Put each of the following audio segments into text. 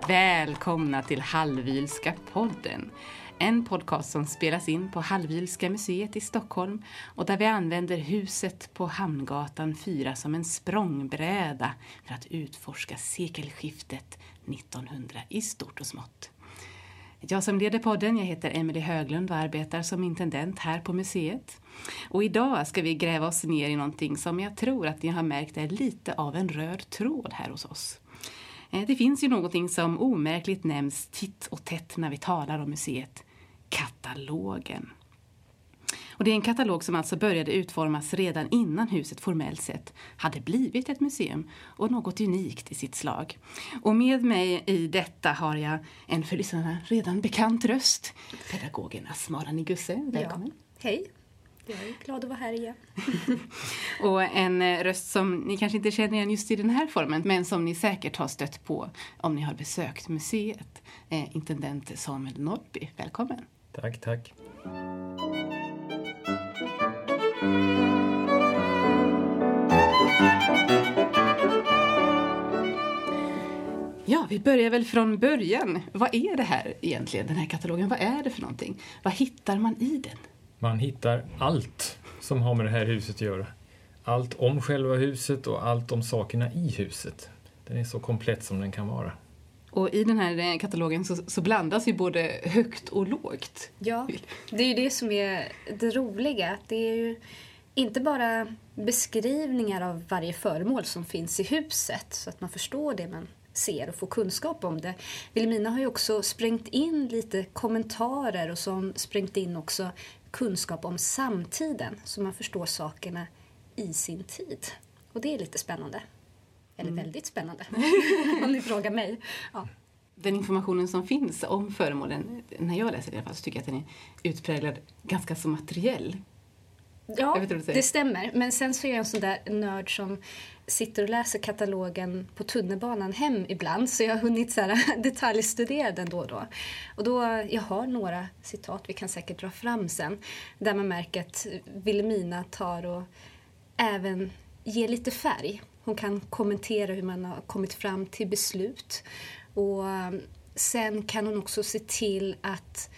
Välkomna till Hallwylska podden. En podcast som spelas in på Hallwylska museet i Stockholm och där vi använder huset på Hamngatan 4 som en språngbräda för att utforska sekelskiftet 1900 i stort och smått. Jag som leder podden, jag heter Emelie Höglund och arbetar som intendent här på museet. Och idag ska vi gräva oss ner i någonting som jag tror att ni har märkt är lite av en röd tråd här hos oss. Det finns ju någonting som omärkligt nämns titt och tätt när vi talar om museet. Katalogen. Och det är en katalog som alltså började utformas redan innan huset formellt sett hade blivit ett museum och något unikt i sitt slag. Och med mig i detta har jag en för lyssnarna redan bekant röst. Pedagogen Asmara Nigusse, välkommen. Ja, hej. Jag är glad att vara här igen. Och en röst som ni kanske inte känner igen just i den här formen, men som ni säkert har stött på om ni har besökt museet. Intendent Samuel Norrby, välkommen. Tack. Ja, vi börjar väl från början. Vad är det här egentligen, den här katalogen? Vad är det för någonting? Vad hittar man i den? Man hittar allt som har med det här huset att göra. Allt om själva huset och allt om sakerna i huset. Den är så komplett som den kan vara. Och i den här katalogen så blandas ju både högt och lågt. Ja, det är ju det som är det roliga. Det är ju inte bara beskrivningar av varje föremål som finns i huset så att man förstår det man ser och får kunskap om det. Wilhelmina har ju också sprängt in lite kommentarer och som sprängt in också kunskap om samtiden så man förstår sakerna i sin tid. Och det är lite spännande. Eller väldigt spännande, om ni frågar mig. Ja. Den informationen som finns om föremålen, när jag läser det i alla fall, så tycker jag att den är utpräglad ganska så materiell. Ja, det stämmer. Men sen så är jag en sån där nörd som sitter och läser katalogen på tunnelbanan hem ibland. Så jag har hunnit så här detaljstudera den då och då. Och då, jag har några citat vi kan säkert dra fram sen. Där man märker att Wilhelmina tar och även ger lite färg. Hon kan kommentera hur man har kommit fram till beslut. Och sen kan hon också se till att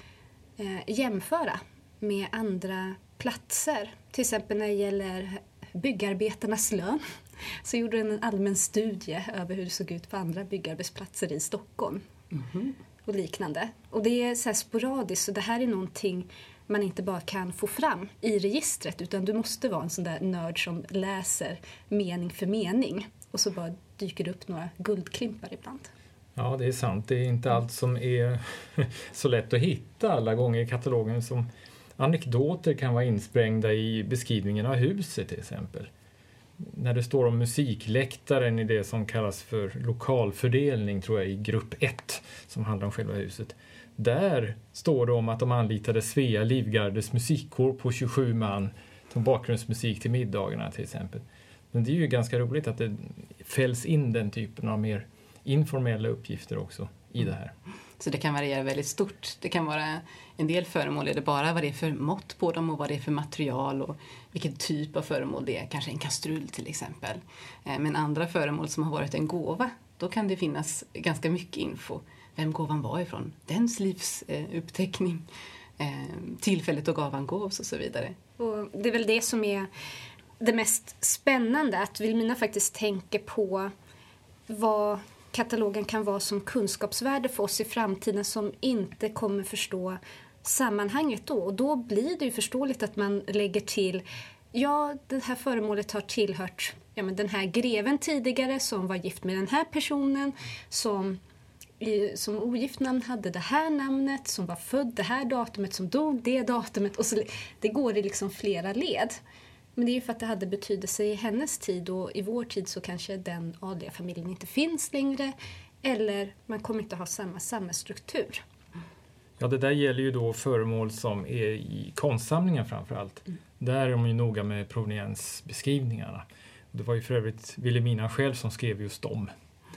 jämföra med andra platser. Till exempel när det gäller byggarbetarnas lön. Så gjorde den en allmän studie över hur det såg ut på andra byggarbetsplatser i Stockholm. Mm-hmm. Och liknande. Och det är så här sporadiskt. Så det här är någonting man inte bara kan få fram i registret. Utan du måste vara en sån där nörd som läser mening för mening. Och så bara dyker det upp några guldklimpar ibland. Ja, det är sant. Det är inte allt som är så lätt att hitta alla gånger i katalogen. Som anekdoter kan vara insprängda i beskrivningen av huset till exempel. När det står om musikläktaren i det som kallas för lokalfördelning tror jag i grupp 1 som handlar om själva huset. Där står det om att de anlitade Svea Livgardes musikkår på 27 man som bakgrundsmusik till middagarna till exempel. Men det är ju ganska roligt att det fälls in den typen av mer informella uppgifter också i det här. Så det kan variera väldigt stort. Det kan vara en del föremål, är det bara vad det är för mått på dem och vad det är för material och vilken typ av föremål det är. Kanske en kastrull till exempel. Men andra föremål som har varit en gåva, då kan det finnas ganska mycket info. Vem gåvan var ifrån, dens livsuppteckning, tillfället då gåvan gavs och så vidare. Och det är väl det som är det mest spännande, att Wilhelmina faktiskt tänker på vad katalogen kan vara som kunskapsvärde för oss i framtiden som inte kommer förstå sammanhanget då. Och då blir det ju förståeligt att man lägger till, ja, det här föremålet har tillhört den här greven tidigare som var gift med den här personen, som ogift namn hade det här namnet, som var född det här datumet, som dog det datumet. Och så, det går i liksom flera led. Men det är ju för att det hade betydelse i hennes tid, och i vår tid så kanske den adliga familjen inte finns längre, eller man kommer inte ha samma samhällsstruktur. Ja, det där gäller ju då föremål som är i konstsamlingar framförallt. Där är de ju noga med proveniensbeskrivningarna. Det var ju för övrigt Wilhelmina själv som skrev just dem.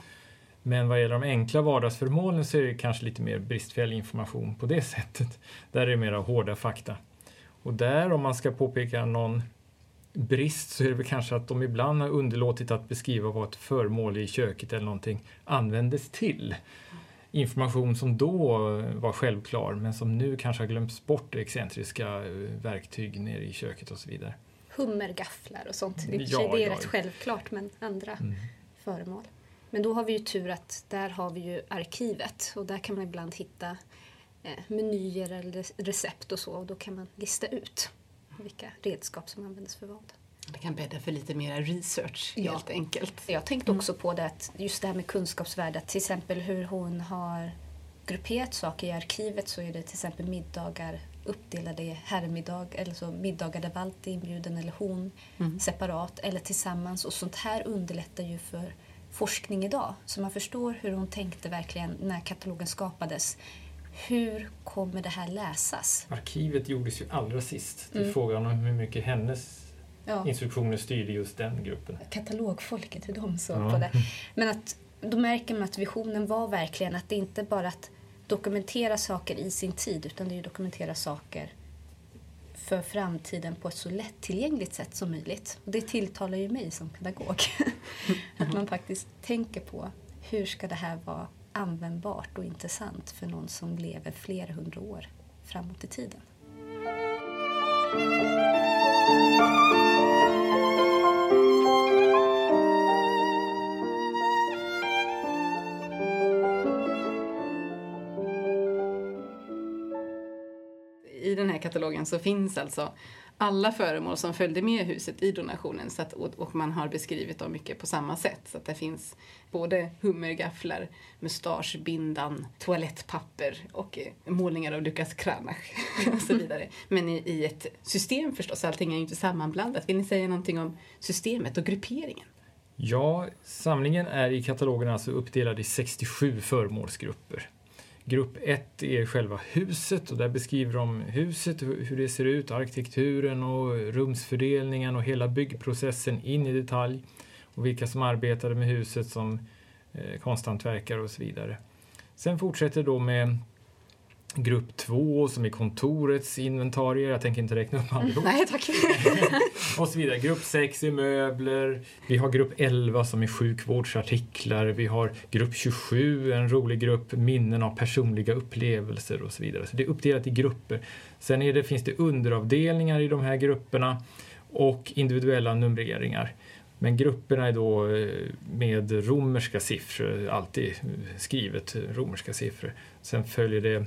Men vad gäller de enkla vardagsföremålen så är det kanske lite mer bristfällig information på det sättet. Där är det mer av hårda fakta. Och där, om man ska påpeka någon brist, så är det väl kanske att de ibland har underlåtit att beskriva vad ett föremål i köket eller någonting användes till. information som då var självklar men som nu kanske har glömts bort, excentriska verktyg nere i köket och så vidare. Hummergafflar och sånt. Det är rätt självklart, men andra föremål. Men då har vi ju tur att där har vi ju arkivet och där kan man ibland hitta menyer eller recept och så, och då kan man lista ut vilka redskap som används för vad. Det kan bädda för lite mer research helt enkelt. Jag tänkte också på det, att just det här med kunskapsvärdet, till exempel hur hon har grupperat saker i arkivet, så är det till exempel middagar uppdelade i herrmiddag, eller så middagar där Valter är inbjuden eller hon separat eller tillsammans, och sånt här underlättar ju för forskning idag. Så man förstår hur hon tänkte verkligen när katalogen skapades. Hur kommer det här läsas? Arkivet gjordes ju allra sist. Det är frågan om hur mycket hennes instruktioner styrde just den gruppen. Katalogfolket, hur de såg på det. Men att då märker man att visionen var verkligen att det inte bara att dokumentera saker i sin tid, utan det är ju dokumentera saker för framtiden på ett så lättillgängligt sätt som möjligt. Och det tilltalar ju mig som pedagog. Att man faktiskt tänker på hur ska det här vara användbart och intressant för någon som lever flera hundra år framåt i tiden. I den här katalogen så finns alltså alla föremål som följde med huset i donationen, så att, och man har beskrivit dem mycket på samma sätt. Så att det finns både hummergafflar, mustaschbindan, toalettpapper och målningar av Lukas Kranach och så vidare. Men i ett system förstås, allting är ju inte sammanblandat. Vill ni säga någonting om systemet och grupperingen? Ja, samlingen är i katalogen alltså uppdelad i 67 föremålsgrupper. Grupp 1 är själva huset, och där beskriver de huset, hur det ser ut, arkitekturen och rumsfördelningen och hela byggprocessen in i detalj, och vilka som arbetade med huset som konsthantverkare och så vidare. Sen fortsätter då med grupp 2 som är kontorets inventarier. Jag tänker inte räkna upp allihop. Nej, tack. Och så vidare. Grupp 6 är möbler. Vi har grupp 11 som är sjukvårdsartiklar. Vi har grupp 27, en rolig grupp, minnen av personliga upplevelser och så vidare. Så det är uppdelat i grupper. Sen finns det underavdelningar i de här grupperna och individuella numreringar. Men grupperna är då med romerska siffror, alltid skrivet romerska siffror. Sen följer det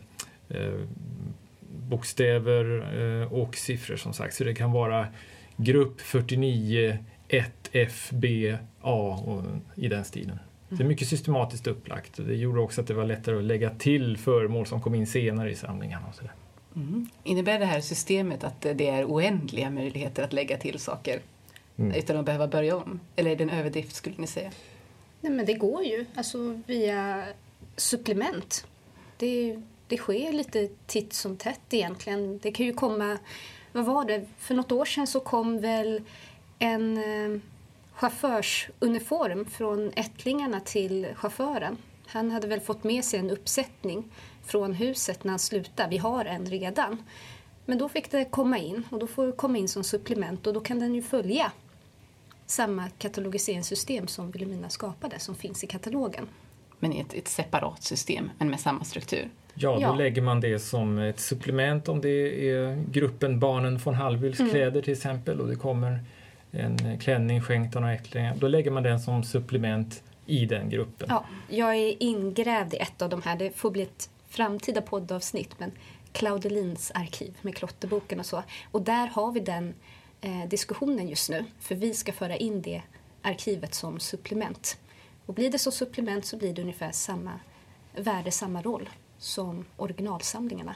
bokstäver och siffror som sagt. Så det kan vara grupp 49, 1, F, B, A och i den stilen. Det är mycket systematiskt upplagt. Det gjorde också att det var lättare att lägga till föremål som kom in senare i samlingarna och sådär. Innebär det här systemet att det är oändliga möjligheter att lägga till saker utan att behöva börja om? Eller är det en överdrift, skulle ni säga? Nej, men det går ju. Alltså via supplement. Det sker lite titt som tätt egentligen. Det kan ju komma, vad var det? För något år sedan så kom väl en chaufförsuniform från ättlingarna till chauffören. Han hade väl fått med sig en uppsättning från huset när han slutade. Vi har en redan. Men då fick det komma in, och då får det komma in som supplement, och då kan den ju följa samma katalogiseringssystem som Wilhelmina skapade, som finns i katalogen. Men i ett separat system, men med samma struktur. Ja, då lägger man det som ett supplement om det är gruppen Barnen från Hallwyls kläder till exempel, och det kommer en klänning skänkt av några ättlingar. Då lägger man den som supplement i den gruppen. Ja, jag är ingrävd i ett av de här. Det får bli ett framtida poddavsnitt, men Claudelins arkiv med klotterboken och så. Och där har vi den diskussionen just nu, för vi ska föra in det arkivet som supplement. Och blir det så supplement så blir det ungefär samma värde, samma roll som originalsamlingarna.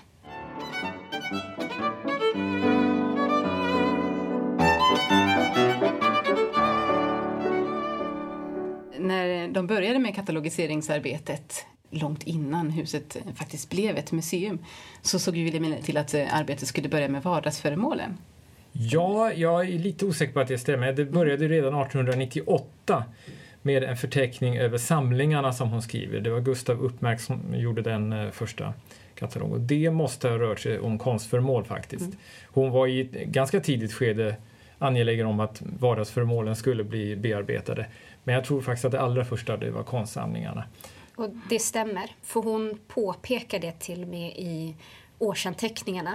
När de började med katalogiseringsarbetet långt innan huset faktiskt blev ett museum, så såg ju Wilhelmina till att arbetet skulle börja med vardagsföremålen. Ja, jag är lite osäker på att det stämmer. Det började redan 1898 med en förteckning över samlingarna som hon skriver. Det var Gustav Uppmark som gjorde den första katalogen. Och det måste ha rört sig om konstföremål faktiskt. Hon var i ett ganska tidigt skede angelägen om att vardagsföremålen skulle bli bearbetade. Men jag tror faktiskt att det allra första det var konstsamlingarna. Och det stämmer, för hon påpekar det till och med i årsanteckningarna.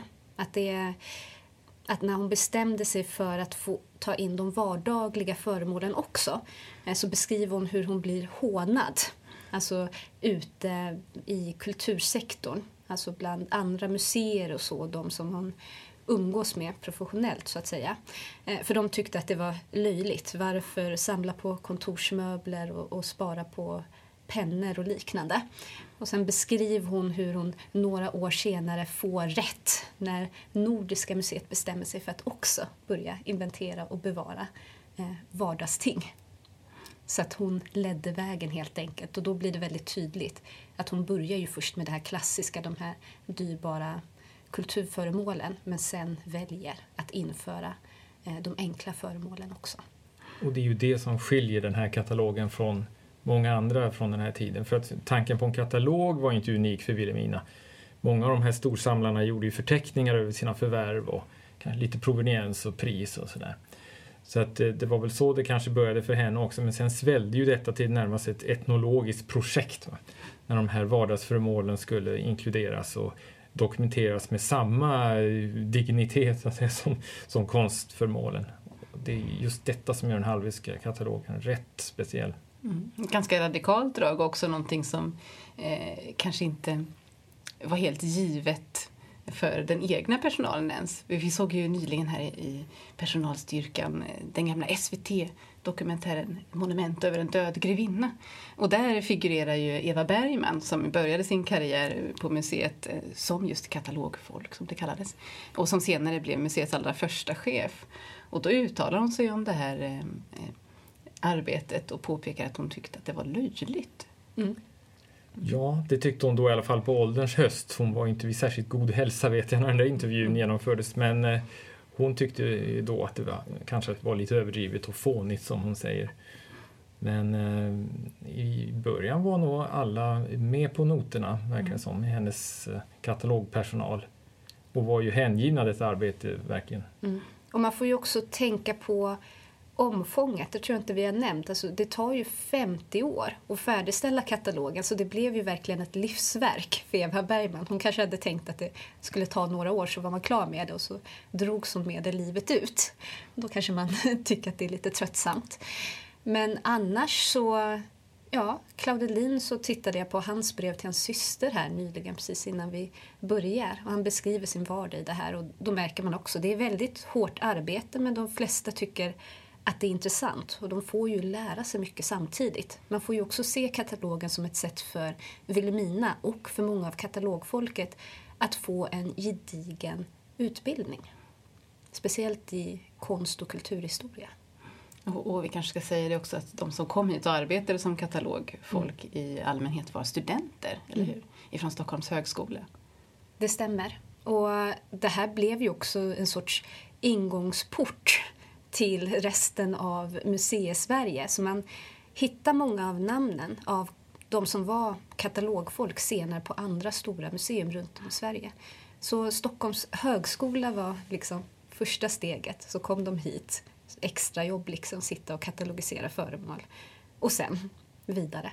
Att när hon bestämde sig för att få ta in de vardagliga föremålen också, så beskriver hon hur hon blir hånad. Alltså ute i kultursektorn, alltså bland andra museer och så, de som hon umgås med professionellt så att säga. För de tyckte att det var löjligt. Varför samla på kontorsmöbler och spara på pennor och liknande. Och sen beskriver hon hur hon några år senare får rätt när Nordiska museet bestämmer sig för att också börja inventera och bevara vardagsting. Så att hon ledde vägen helt enkelt. Och då blir det väldigt tydligt att hon börjar ju först med det här klassiska, de här dyrbara kulturföremålen, men sen väljer att införa de enkla föremålen också. Och det är ju det som skiljer den här katalogen från många andra från den här tiden. För att tanken på en katalog var inte unik för Wilhelmina. Många av de här storsamlarna gjorde ju förteckningar över sina förvärv och kanske lite proveniens och pris och sådär. Så att det var väl så det kanske började för henne också. Men sen svällde ju detta till närmast ett etnologiskt projekt. Va? När de här vardagsföremålen skulle inkluderas och dokumenteras med samma dignitet så att säga, som konstföremålen. Det är just detta som gör den Hallwylska katalogen rätt speciell. Ganska radikalt drag också, någonting som kanske inte var helt givet för den egna personalen ens. Vi såg ju nyligen här i personalstyrkan den gamla SVT-dokumentären Monument över en död grevinna. Och där figurerar ju Eva Bergman som började sin karriär på museet som just katalogfolk som det kallades. Och som senare blev museets allra första chef. Och då uttalar hon sig om det här arbetet och påpekar att hon tyckte att det var löjligt. Ja, det tyckte hon då i alla fall på ålderns höst. Hon var inte vid särskilt god hälsa vet jag när den där intervjun genomfördes. Men hon tyckte då att det kanske var lite överdrivet och fånigt som hon säger. Men i början var nog alla med på noterna verkar som i hennes katalogpersonal. Och var ju hängivna detta arbete verkligen. Och man får ju också tänka på omfånget, det tror jag inte vi har nämnt. Alltså, det tar ju 50 år att färdigställa katalogen, så det blev ju verkligen ett livsverk för Eva Bergman. Hon kanske hade tänkt att det skulle ta några år så var man klar med det och så drogs hon med det livet ut. Då kanske man tycker att det är lite tröttsamt. Men annars så, ja, Claudelin, så tittade jag på hans brev till hans syster här nyligen precis innan vi börjar. Och han beskriver sin vardag i det här och då märker man också, det är väldigt hårt arbete men de flesta tycker att det är intressant och de får ju lära sig mycket samtidigt. Man får ju också se katalogen som ett sätt för Wilhelmina och för många av katalogfolket att få en gedigen utbildning. Speciellt i konst- och kulturhistoria. Och vi kanske ska säga det också att de som kom hit och arbetade som katalogfolk i allmänhet var studenter, eller hur? Ifrån Stockholms högskola. Det stämmer. Och det här blev ju också en sorts ingångsport till resten av museisverige. Så man hittar många av namnen av de som var katalogfolk senare på andra stora museum runt om i Sverige. Så Stockholms högskola var liksom första steget. Så kom de hit. Extra jobb liksom, sitta och katalogisera föremål. Och sen vidare.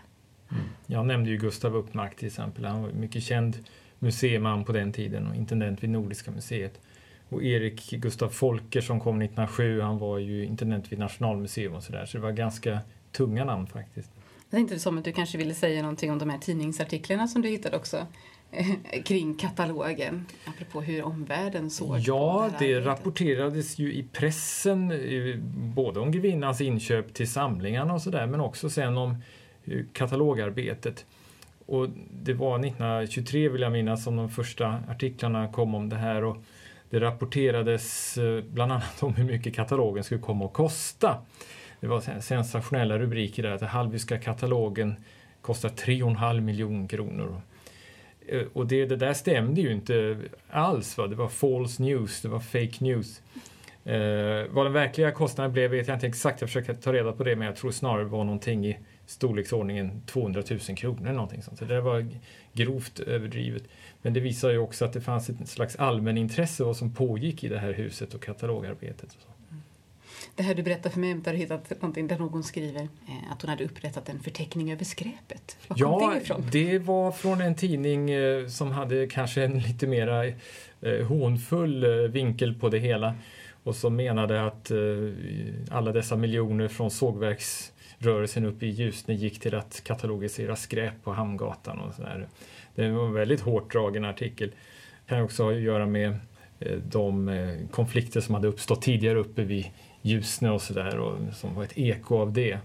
Jag nämnde ju Gustav Uppmark till exempel. Han var mycket känd museiman på den tiden och intendent vid Nordiska museet. Och Erik Gustav Folker som kom 1907, han var ju intendent vid Nationalmuseum och sådär. Så det var ganska tunga namn faktiskt. Jag tänkte som att du kanske ville säga någonting om de här tidningsartiklarna som du hittade också kring katalogen, apropå hur omvärlden såg. Ja, det rapporterades ju i pressen både om grevinnans inköp till samlingarna och sådär, men också sen om katalogarbetet. Och det var 1923 vill jag minnas som de första artiklarna kom om det här och det rapporterades bland annat om hur mycket katalogen skulle komma att kosta. Det var sensationella rubriker där att den Hallwylska katalogen kostar 3,5 miljoner kronor. Och det där stämde ju inte alls. Va? Det var false news, det var fake news. Vad den verkliga kostnaden blev vet jag inte exakt. Jag försöker ta reda på det, men jag tror snarare det var någonting i storleksordningen 200 000 kronor eller någonting sånt. Så det var grovt överdrivet. Men det visar ju också att det fanns ett slags allmän intresse vad som pågick i det här huset och katalogarbetet. Och så. Det här du berättar för mig, om du har hittat någonting där någon skriver att hon hade upprättat en förteckning över skräpet. Var kom det ifrån? Det var från en tidning som hade kanske en lite mera hånfull vinkel på det hela. Och som menade att alla dessa miljoner från sågverksrörelsen upp i Ljusne gick till att katalogisera skräp på Hamngatan och sådär. Det var en väldigt hårt dragen artikel. Det kan också ha att göra med de konflikter som hade uppstått tidigare uppe vid Ljusne och sådär, och som var ett eko av det.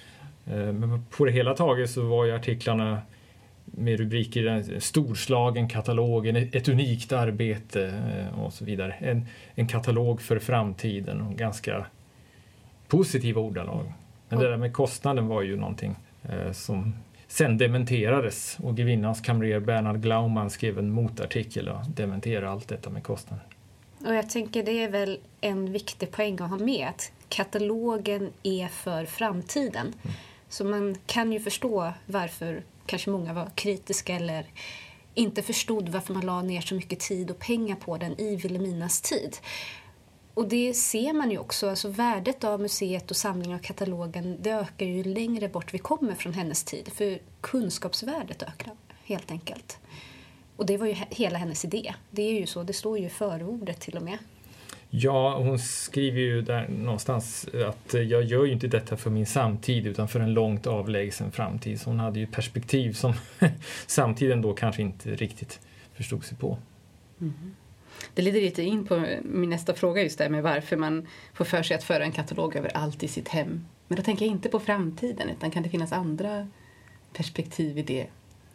Men på det hela taget så var ju artiklarna med rubriker en storslagen katalog, ett unikt arbete och så vidare. En katalog för framtiden och ganska positiva ordalag. Men det där med kostnaden var ju någonting som sen dementerades, och Grevinnans kamrer Bernhard Glaumann skrev en motartikel och dementerade allt detta med kostnaden. Och jag tänker det är väl en viktig poäng att ha med, att katalogen är för framtiden. Så man kan ju förstå varför kanske många var kritiska eller inte förstod varför man la ner så mycket tid och pengar på den i Vilhelminas tid. Och det ser man ju också, alltså värdet av museet och samlingen av katalogen, det ökar ju längre bort vi kommer från hennes tid. För kunskapsvärdet ökar helt enkelt. Och det var ju hela hennes idé. Det är ju så, det står ju i förordet till och med. Ja, hon skriver ju där någonstans att jag gör ju inte detta för min samtid utan för en långt avlägsen framtid. Så hon hade ju perspektiv som samtiden då kanske inte riktigt förstod sig på. Mm. Det leder lite in på min nästa fråga, just det med varför man får för sig att föra en katalog över allt i sitt hem. Men då tänker jag inte på framtiden, utan kan det finnas andra perspektiv i det?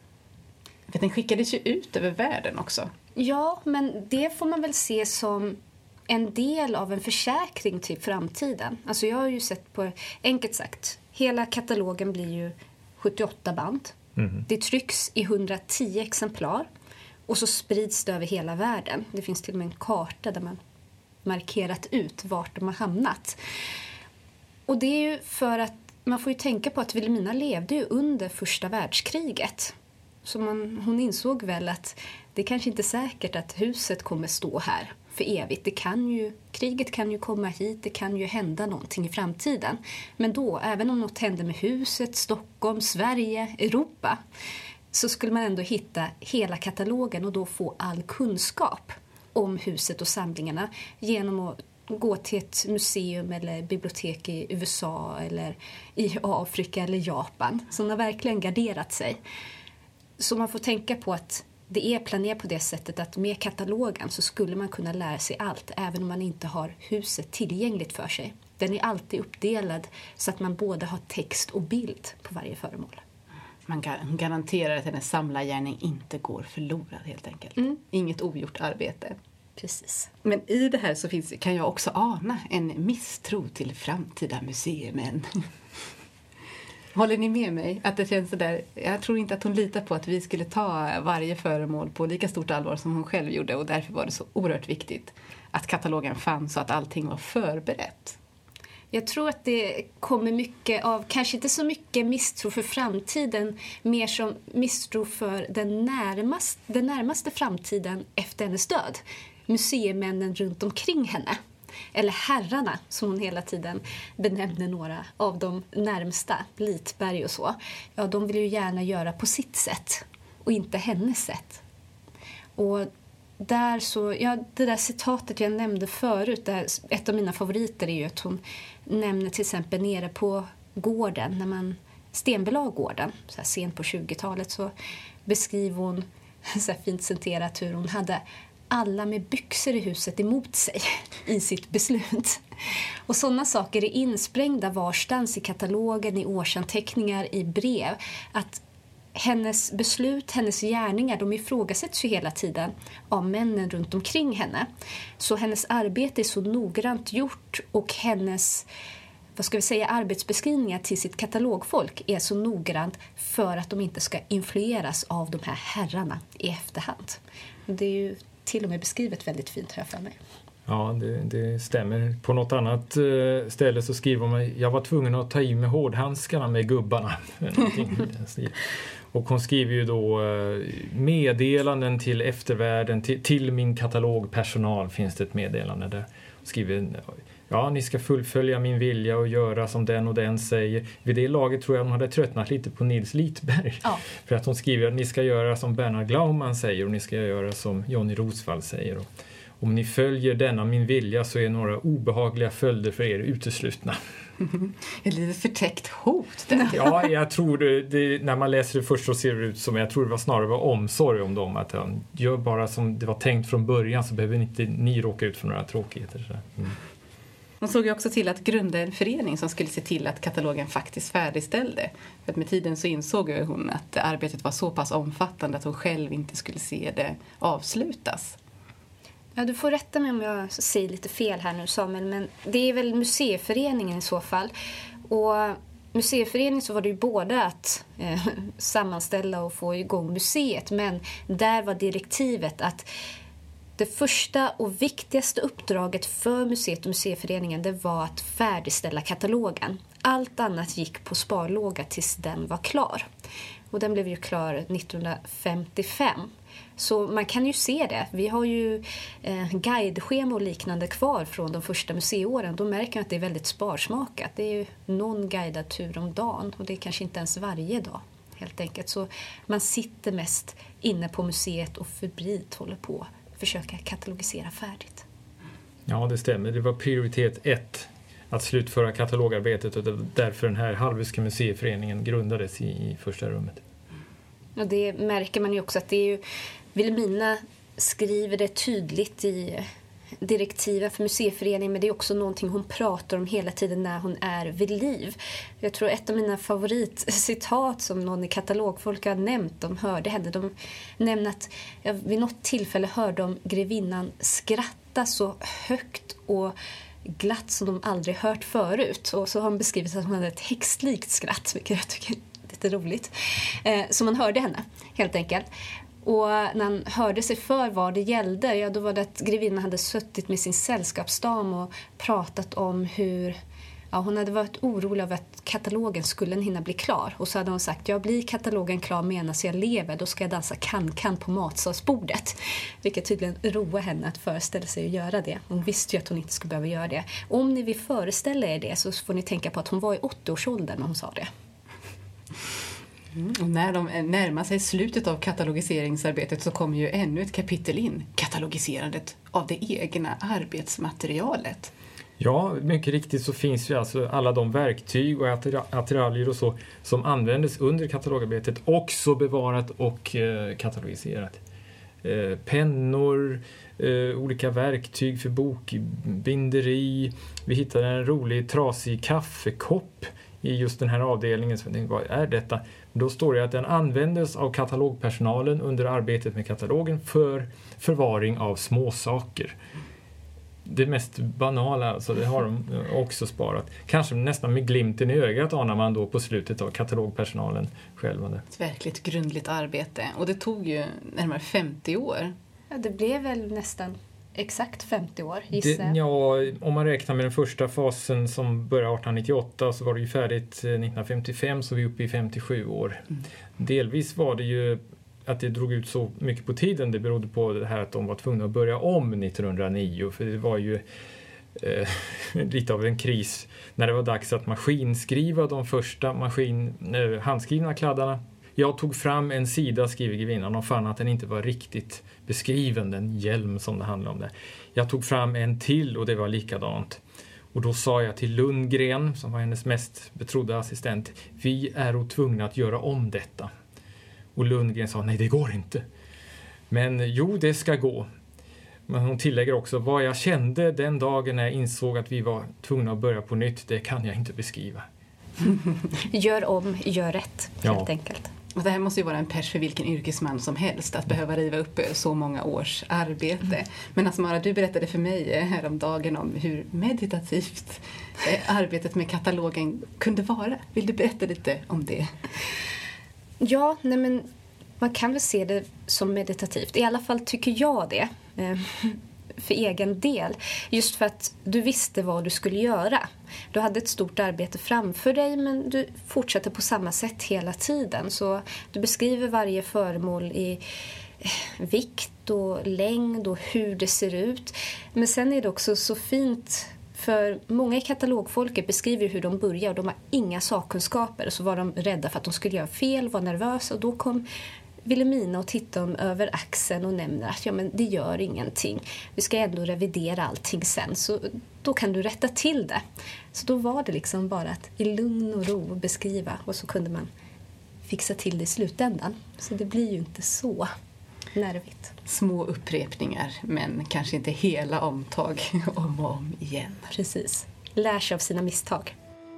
För den skickades ju ut över världen också. Ja, men det får man väl se som en del av en försäkring till framtiden. Alltså jag har ju sett på, enkelt sagt, hela katalogen blir ju 78 band. Mm. Det trycks i 110 exemplar. Och så sprids det över hela världen. Det finns till och med en karta där man markerat ut vart de har hamnat. Och det är ju för att man får ju tänka på att Vilhelmina levde ju under första världskriget. Så hon insåg väl att det kanske inte är säkert att huset kommer stå här för evigt. Kriget kan ju komma hit, det kan ju hända någonting i framtiden. Men då, även om något hände med huset, Stockholm, Sverige, Europa, så skulle man ändå hitta hela katalogen och då få all kunskap om huset och samlingarna genom att gå till ett museum eller bibliotek i USA eller i Afrika eller Japan. Så har verkligen garderat sig. Så man får tänka på att det är planerat på det sättet att med katalogen så skulle man kunna lära sig allt även om man inte har huset tillgängligt för sig. Den är alltid uppdelad så att man både har text och bild på varje föremål. Man garanterar att hennes samlargärning inte går förlorad helt enkelt. Mm. Inget ogjort arbete. Precis. Men i det här så kan jag också ana en misstro till framtida museimän. Håller ni med mig? Att det känns så där, jag tror inte att hon litar på att vi skulle ta varje föremål på lika stort allvar som hon själv gjorde. Och därför var det så oerhört viktigt att katalogen fanns och att allting var förberett. Jag tror att det kommer mycket av, kanske inte så mycket misstro för framtiden, mer som misstro för den närmaste framtiden efter hennes död. Museimännen runt omkring henne. Eller herrarna, som hon hela tiden benämner några av de närmsta, Blitberg och så. Ja, de vill ju gärna göra på sitt sätt och inte hennes sätt. Och där så, ja, det där citatet jag nämnde förut, där, ett av mina favoriter är ju att hon nämner till exempel nere på gården, när man stenbelag gården, så här sent på 20-talet, så beskriver hon så här fint centerat hur hon hade alla med byxor i huset emot sig i sitt beslut. Och sådana saker är insprängda varstans i katalogen, i årsanteckningar, i brev. Att hennes beslut, hennes gärningar, de ifrågasätts ju hela tiden av männen runt omkring henne. Så hennes arbete är så noggrant gjort och hennes, arbetsbeskrivningar till sitt katalogfolk är så noggrant för att de inte ska influeras av de här herrarna i efterhand. Det är ju till och med beskrivet väldigt fint här för mig. Ja, det stämmer. På något annat ställe så skriver man: jag var tvungen att ta i med hårdhandskarna med gubbarna. Och hon skriver ju då meddelanden till eftervärlden, till min katalogpersonal finns det ett meddelande där skriver ni ska fullfölja min vilja och göra som den och den säger. Vid det laget tror jag hon hade tröttnat lite på Nils Litberg. Ja. För att hon skriver att ni ska göra som Bernhard Glaumann säger och ni ska göra som Johnny Rosvall säger. Och om ni följer denna min vilja så är några obehagliga följder för er uteslutna. Ett litet förtäckt hot. Ja, jag tror det, när man läser det först så ser det ut som, jag tror det var snarare omsorg om dem. Att gör bara som det var tänkt från början så behöver inte ni råka ut för några tråkigheter. Hon såg ju också till att grunda en förening som skulle se till att katalogen faktiskt färdigställde. För att med tiden så insåg hon att arbetet var så pass omfattande att hon själv inte skulle se det avslutas. Ja, du får rätta mig om jag säger lite fel här nu, Samuel, men det är väl museiföreningen i så fall. Och museiföreningen så var det ju både att sammanställa och få igång museet, men där var direktivet att det första och viktigaste uppdraget för museet och museiföreningen, det var att färdigställa katalogen. Allt annat gick på sparlåga tills den var klar. Och den blev ju klar 1955. Så man kan ju se det. Vi har ju guideschema och liknande kvar från de första museiåren. Då märker man att det är väldigt sparsmakat. Det är ju någon guidad tur om dagen och det är kanske inte ens varje dag helt enkelt. Så man sitter mest inne på museet och febrilt håller på att försöka katalogisera färdigt. Ja, det stämmer. Det var prioritet 1 att slutföra katalogarbetet och därför den här Hallwylska museiföreningen grundades i första rummet. Och det märker man ju också att det är ju, Wilhelmina skriver det tydligt i direktiven för museiföreningen, men det är också någonting hon pratar om hela tiden när hon är vid liv. Jag tror ett av mina favoritcitat som någon i katalogfolk har nämnt, de hörde henne, de nämnde att jag vid något tillfälle hörde om grevinnan skratta så högt och glatt som de aldrig hört förut. Och så har hon beskrivit att hon hade ett häxlikt skratt, vilket jag tycker är lite roligt. Så man hörde henne, helt enkelt. Och när han hörde sig för vad det gällde, ja, då var det att grevinnan hade suttit med sin sällskapsdam och pratat om hur hon hade varit orolig över att katalogen skulle hinna bli klar. Och så hade hon sagt, blir katalogen klar medan jag lever, då ska jag dansa kan på matsalsbordet. Vilket tydligen roade henne att föreställa sig att göra det. Hon visste ju att hon inte skulle behöva göra det. Om ni vill föreställa er det så får ni tänka på att hon var i 80-årsåldern när hon sa det. Och när de närmar sig slutet av katalogiseringsarbetet så kommer ju ännu ett kapitel in. Katalogiserandet av det egna arbetsmaterialet. Ja, mycket riktigt så finns ju alltså alla de verktyg och attiraljer och så som användes under katalogarbetet också bevarat och katalogiserat. Pennor, olika verktyg för bokbinderi. Vi hittade en rolig trasig kaffekopp i just den här avdelningen. Så jag tänkte, vad är detta? Då står det att den användes av katalogpersonalen under arbetet med katalogen för förvaring av småsaker. Det mest banala, alltså det har de också sparat. Kanske nästan med glimten i ögat anar man då på slutet av katalogpersonalen själva. Ett verkligt grundligt arbete. Och det tog ju närmare 50 år. Ja, det blev väl nästan exakt 50 år, gissar jag. Om man räknar med den första fasen som började 1898 så var det ju färdigt 1955, så vi är uppe i 57 år. Delvis var det ju att det drog ut så mycket på tiden. Det berodde på det här att de var tvungna att börja om 1909, för det var ju lite av en kris när det var dags att maskinskriva de första handskrivna kladdarna. Jag tog fram en sida, skriver grevinnan, och fann att den inte var riktigt beskriven, den hjälm som det handlade om där. Jag tog fram en till och det var likadant. Och då sa jag till Lundgren, som var hennes mest betrodda assistent, vi är tvungna att göra om detta. Och Lundgren sa, nej det går inte. Men jo, det ska gå. Men hon tillägger också, vad jag kände den dagen när jag insåg att vi var tvungna att börja på nytt, det kan jag inte beskriva. Gör om, gör rätt, helt enkelt. Och det här måste ju vara en pers för vilken yrkesman som helst att behöva riva upp så många års arbete. Men Asmara, du berättade för mig häromdagen om hur meditativt arbetet med katalogen kunde vara. Vill du berätta lite om det? Ja, men man kan väl se det som meditativt. I alla fall tycker jag det. För egen del. Just för att du visste vad du skulle göra. Du hade ett stort arbete framför dig, men du fortsatte på samma sätt hela tiden. Så du beskriver varje föremål i vikt och längd och hur det ser ut. Men sen är det också så fint, för många i katalogfolket beskriver hur de börjar och de har inga sakkunskaper. Så var de rädda för att de skulle göra fel, var nervösa, och då kom Wilhelmina och tittade dem över axeln och nämner att men det gör ingenting. Vi ska ändå revidera allting sen, så då kan du rätta till det. Så då var det liksom bara att i lugn och ro beskriva, och så kunde man fixa till det i slutändan. Så det blir ju inte så nervigt. Små upprepningar, men kanske inte hela omtag om och om igen. Precis. Lär sig av sina misstag.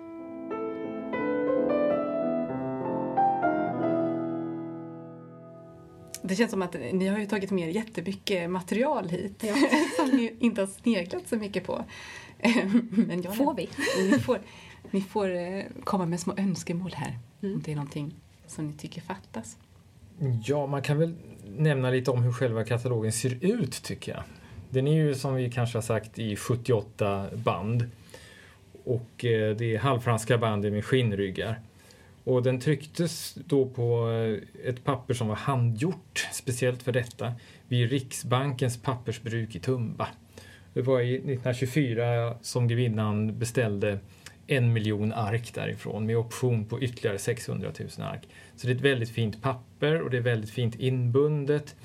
Det känns som att ni har ju tagit med jättemycket material hit som ni inte har sneglat så mycket på. Men får vi? Ni får komma med små önskemål här. Om det är någonting som ni tycker fattas. Ja, man kan väl nämna lite om hur själva katalogen ser ut, tycker jag. Den är ju, som vi kanske har sagt, i 78 band. Och det är halvfranska band med skinnryggar. Och den trycktes då på ett papper som var handgjort speciellt för detta vid Riksbankens pappersbruk i Tumba. Det var i 1924 som grevinnan beställde 1 miljon ark därifrån med option på ytterligare 600 000 ark. Så det är ett väldigt fint papper och det är väldigt fint inbundet.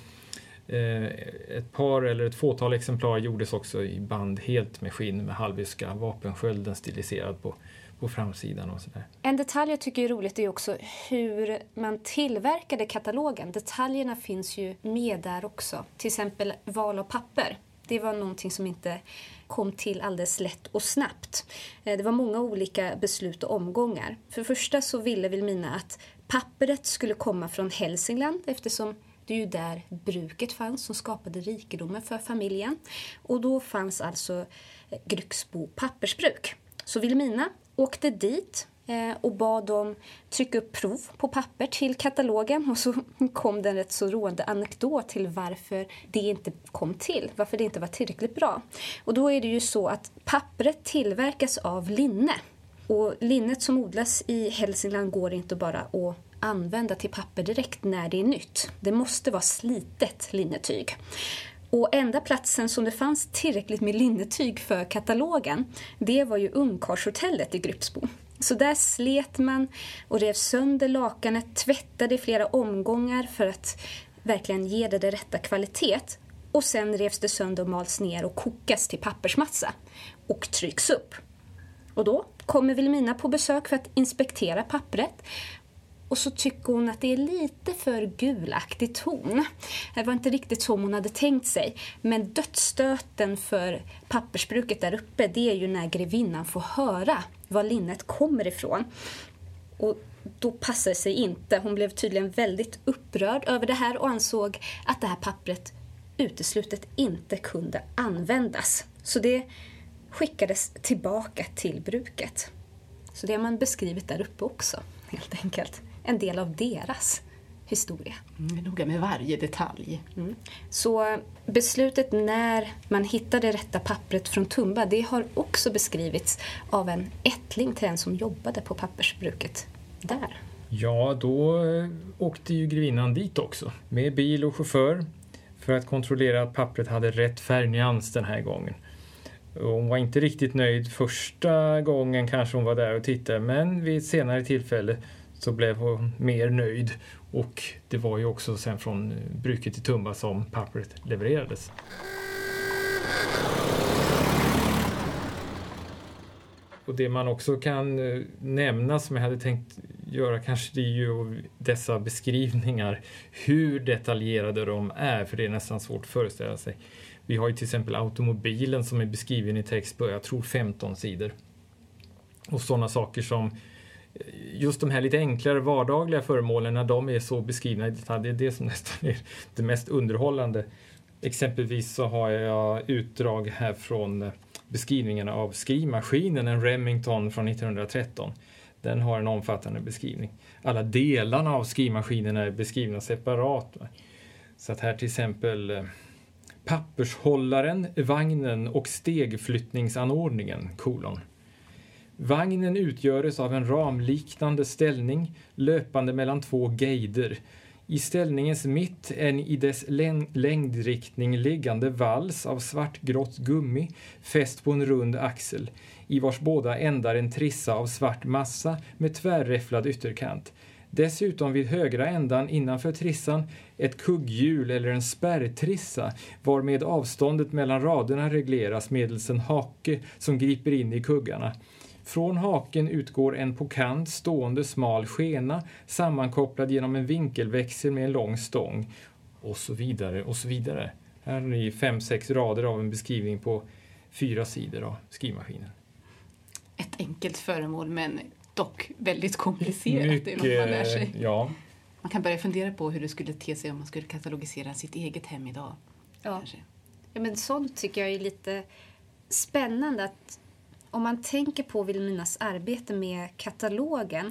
Ett par eller ett fåtal exemplar gjordes också i band helt med skinn med halviska vapenskölden stiliserad på framsidan och sådär. En detalj jag tycker är roligt är också hur man tillverkade katalogen. Detaljerna finns ju med där också. Till exempel val av papper. Det var någonting som inte kom till alldeles lätt och snabbt. Det var många olika beslut och omgångar. För det första så ville Wilhelmina att pappret skulle komma från Hälsingland, eftersom det är ju där bruket fanns som skapade rikedomen för familjen. Och då fanns alltså Grycksbo pappersbruk. Så Wilhelmina åkte dit och bad dem trycka upp prov på papper till katalogen. Och så kom det en rätt så roande anekdot till varför det inte kom till. Varför det inte var tillräckligt bra. Och då är det ju så att pappret tillverkas av linne. Och linnet som odlas i Hälsingland går inte bara att använda till papper direkt när det är nytt. Det måste vara slitet linnetyg. Och enda platsen som det fanns tillräckligt med linnetyg för katalogen, det var ju ungkarlshotellet i Grycksbo. Så där slet man och rev sönder lakanet, tvättade i flera omgångar för att verkligen ge det rätta kvalitet. Och sen revs det sönder och mals ner och kokas till pappersmassa och trycks upp. Och då kommer Wilhelmina på besök för att inspektera pappret. Och så tycker hon att det är lite för gulaktig ton. Det var inte riktigt så hon hade tänkt sig. Men dödsstöten för pappersbruket där uppe, det är ju när grevinnan får höra var linnet kommer ifrån. Och då passar det sig inte. Hon blev tydligen väldigt upprörd över det här och ansåg att det här pappret uteslutet inte kunde användas. Så det skickades tillbaka till bruket. Så det har man beskrivit där uppe också, helt enkelt. En del av deras historia. Noga med varje detalj. Så beslutet när man hittade rätta pappret från Tumba, det har också beskrivits av en ättling till en som jobbade på pappersbruket där. Ja, då åkte ju grevinnan dit också med bil och chaufför för att kontrollera att pappret hade rätt färgnyans den här gången. Hon var inte riktigt nöjd första gången kanske hon var där och tittade, men vid ett senare tillfälle så blev hon mer nöjd, och det var ju också sen från bruket i Tumba som pappret levererades. Och det man också kan nämna som jag hade tänkt göra kanske, det är ju dessa beskrivningar, hur detaljerade de är, för det är nästan svårt att föreställa sig. Vi har ju till exempel automobilen som är beskriven i text på, jag tror 15 sidor. Och sådana saker som just de här lite enklare vardagliga föremålen, när de är så beskrivna i detalj, det är det som nästan är det mest underhållande. Exempelvis så har jag utdrag här från beskrivningen av skrivmaskinen, en Remington från 1913. Den har en omfattande beskrivning. Alla delarna av skrivmaskinen är beskrivna separat. Så att här till exempel pappershållaren, vagnen och stegflyttningsanordningen, kolon. Vagnen utgöres av en ramliknande ställning löpande mellan två gejder. I ställningens mitt en i dess längdriktning liggande vals av svartgrått gummi fäst på en rund axel, i vars båda ändar en trissa av svart massa med tvärräfflad ytterkant. Dessutom vid högra ändan innanför trissan ett kugghjul eller en spärrtrissa varmed avståndet mellan raderna regleras medelst en hake som griper in i kuggarna. Från haken utgår en på kant stående smal skena sammankopplad genom en vinkelväxel med en lång stång och så vidare och så vidare. Här är det 5-6 rader av en beskrivning på 4 sidor av skrivmaskinen. Ett enkelt föremål men dock väldigt komplicerat. Mycket, det är något man lär sig. Ja. Man kan börja fundera på hur det skulle te sig om man skulle katalogisera sitt eget hem idag. Ja, men sånt tycker jag är lite spännande, att om man tänker på Vilhelminas arbete med katalogen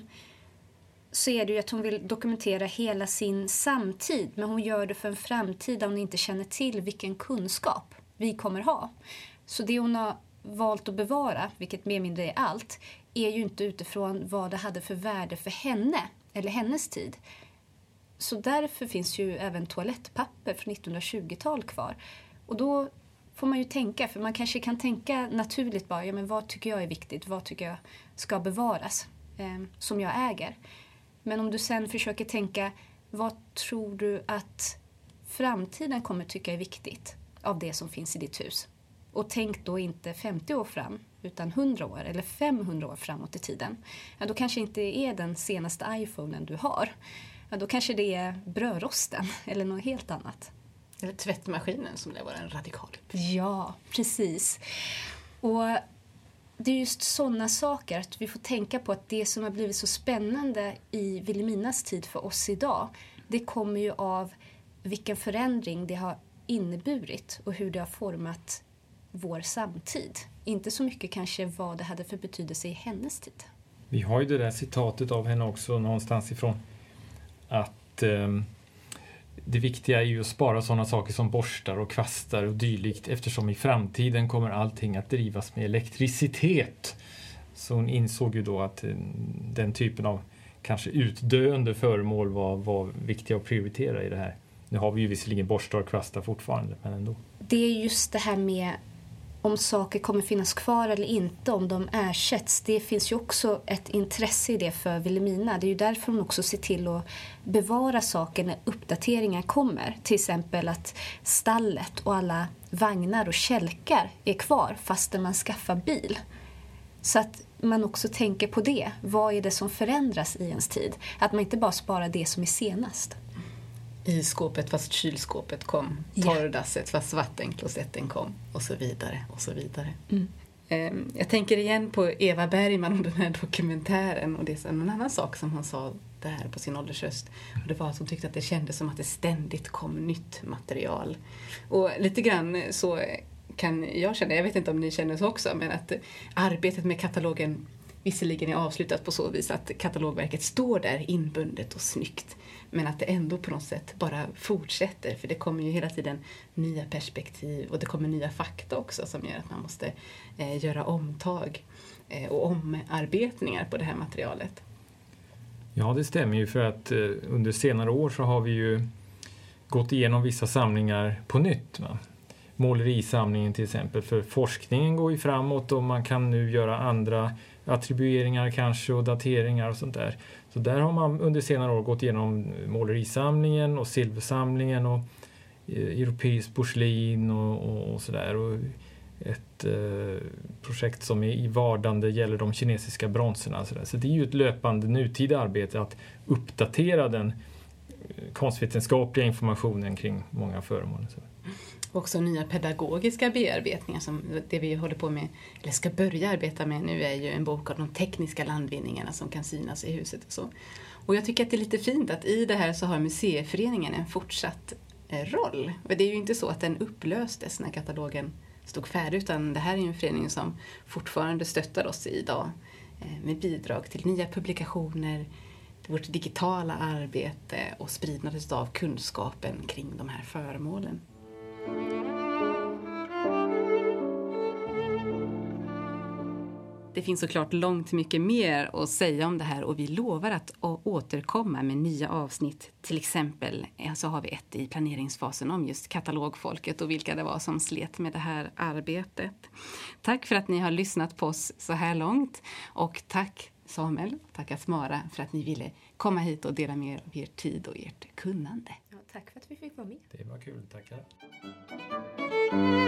så är det ju att hon vill dokumentera hela sin samtid, men hon gör det för en framtid om hon inte känner till vilken kunskap vi kommer ha. Så det hon har valt att bevara, vilket mer mindre är allt, är ju inte utifrån vad det hade för värde för henne eller hennes tid. Så därför finns ju även toalettpapper från 1920-tal kvar. Och då får man ju tänka, för man kanske kan tänka naturligt bara, ja men vad tycker jag är viktigt, vad tycker jag ska bevaras som jag äger. Men om du sen försöker tänka, vad tror du att framtiden kommer tycka är viktigt av det som finns i ditt hus? Och tänk då inte 50 år fram, utan 100 år eller 500 år framåt i tiden. Ja, då kanske inte är den senaste iPhonen du har. Ja, då kanske det är brödrosten eller något helt annat. Eller tvättmaskinen som det var en radikal. Ja, precis. Och det är just sådana saker att vi får tänka på att det som har blivit så spännande i Vilhelminas tid för oss idag, det kommer ju av vilken förändring det har inneburit och hur det har format vår samtid. Inte så mycket kanske vad det hade för betydelse i hennes tid. Vi har ju det där citatet av henne också någonstans ifrån, att det viktiga är ju att spara sådana saker som borstar och kvastar och dylikt, eftersom i framtiden kommer allting att drivas med elektricitet. Så hon insåg ju då att den typen av kanske utdöende föremål var viktiga att prioritera i det här. Nu har vi ju visserligen borstar och kvastar fortfarande, men ändå. Det är just det här med om saker kommer finnas kvar eller inte, om de ersätts. Det finns ju också ett intresse i det för Vilhelmina. Det är ju därför hon också ser till att bevara saker när uppdateringar kommer. Till exempel att stallet och alla vagnar och kälkar är kvar fastän man skaffar bil. Så att man också tänker på det. Vad är det som förändras i ens tid? Att man inte bara sparar det som är senast. I skåpet fast kylskåpet kom, torrdasset fast vattenklosetten kom och så vidare och så vidare. Jag tänker igen på Eva Bergman och den här dokumentären, och det är en annan sak som hon sa där på sin åldersröst, och det var att hon tyckte att det kändes som att det ständigt kom nytt material. Och lite grann så kan jag känna, jag vet inte om ni känner så också, men att arbetet med katalogen visserligen är avslutat på så vis att katalogverket står där inbundet och snyggt, men att det ändå på något sätt bara fortsätter, för det kommer ju hela tiden nya perspektiv och det kommer nya fakta också som gör att man måste göra omtag och omarbetningar på det här materialet. Ja, det stämmer ju, för att under senare år så har vi ju gått igenom vissa samlingar på nytt, va? Målerisamlingen till exempel, för forskningen går ju framåt och man kan nu göra andra attribueringar kanske och dateringar och sånt där. Så där har man under senare år gått igenom målerisamlingen och silversamlingen och europeisk porslin och sådär. Och ett projekt som är i vardande gäller de kinesiska bronserna. Så det är ju ett löpande nutida arbete att uppdatera den konstvetenskapliga informationen kring många föremål. Också nya pedagogiska bearbetningar som det vi håller på med, eller ska börja arbeta med nu, är ju en bok av de tekniska landvinningarna som kan synas i huset och så. Och jag tycker att det är lite fint att i det här så har museiföreningen en fortsatt roll. Och det är ju inte så att den upplöstes när katalogen stod färdig, utan det här är ju en förening som fortfarande stöttar oss idag med bidrag till nya publikationer, vårt digitala arbete och spridandet av kunskapen kring de här föremålen. Det finns såklart långt mycket mer att säga om det här och vi lovar att återkomma med nya avsnitt. Till exempel så har vi ett i planeringsfasen om just katalogfolket och vilka det var som slet med det här arbetet. Tack för att ni har lyssnat på oss så här långt och tack Samuel, tack Asmara för att ni ville komma hit och dela med er av er tid och ert kunnande. Ja, tack för att vi fick vara med. Det var kul, tackar.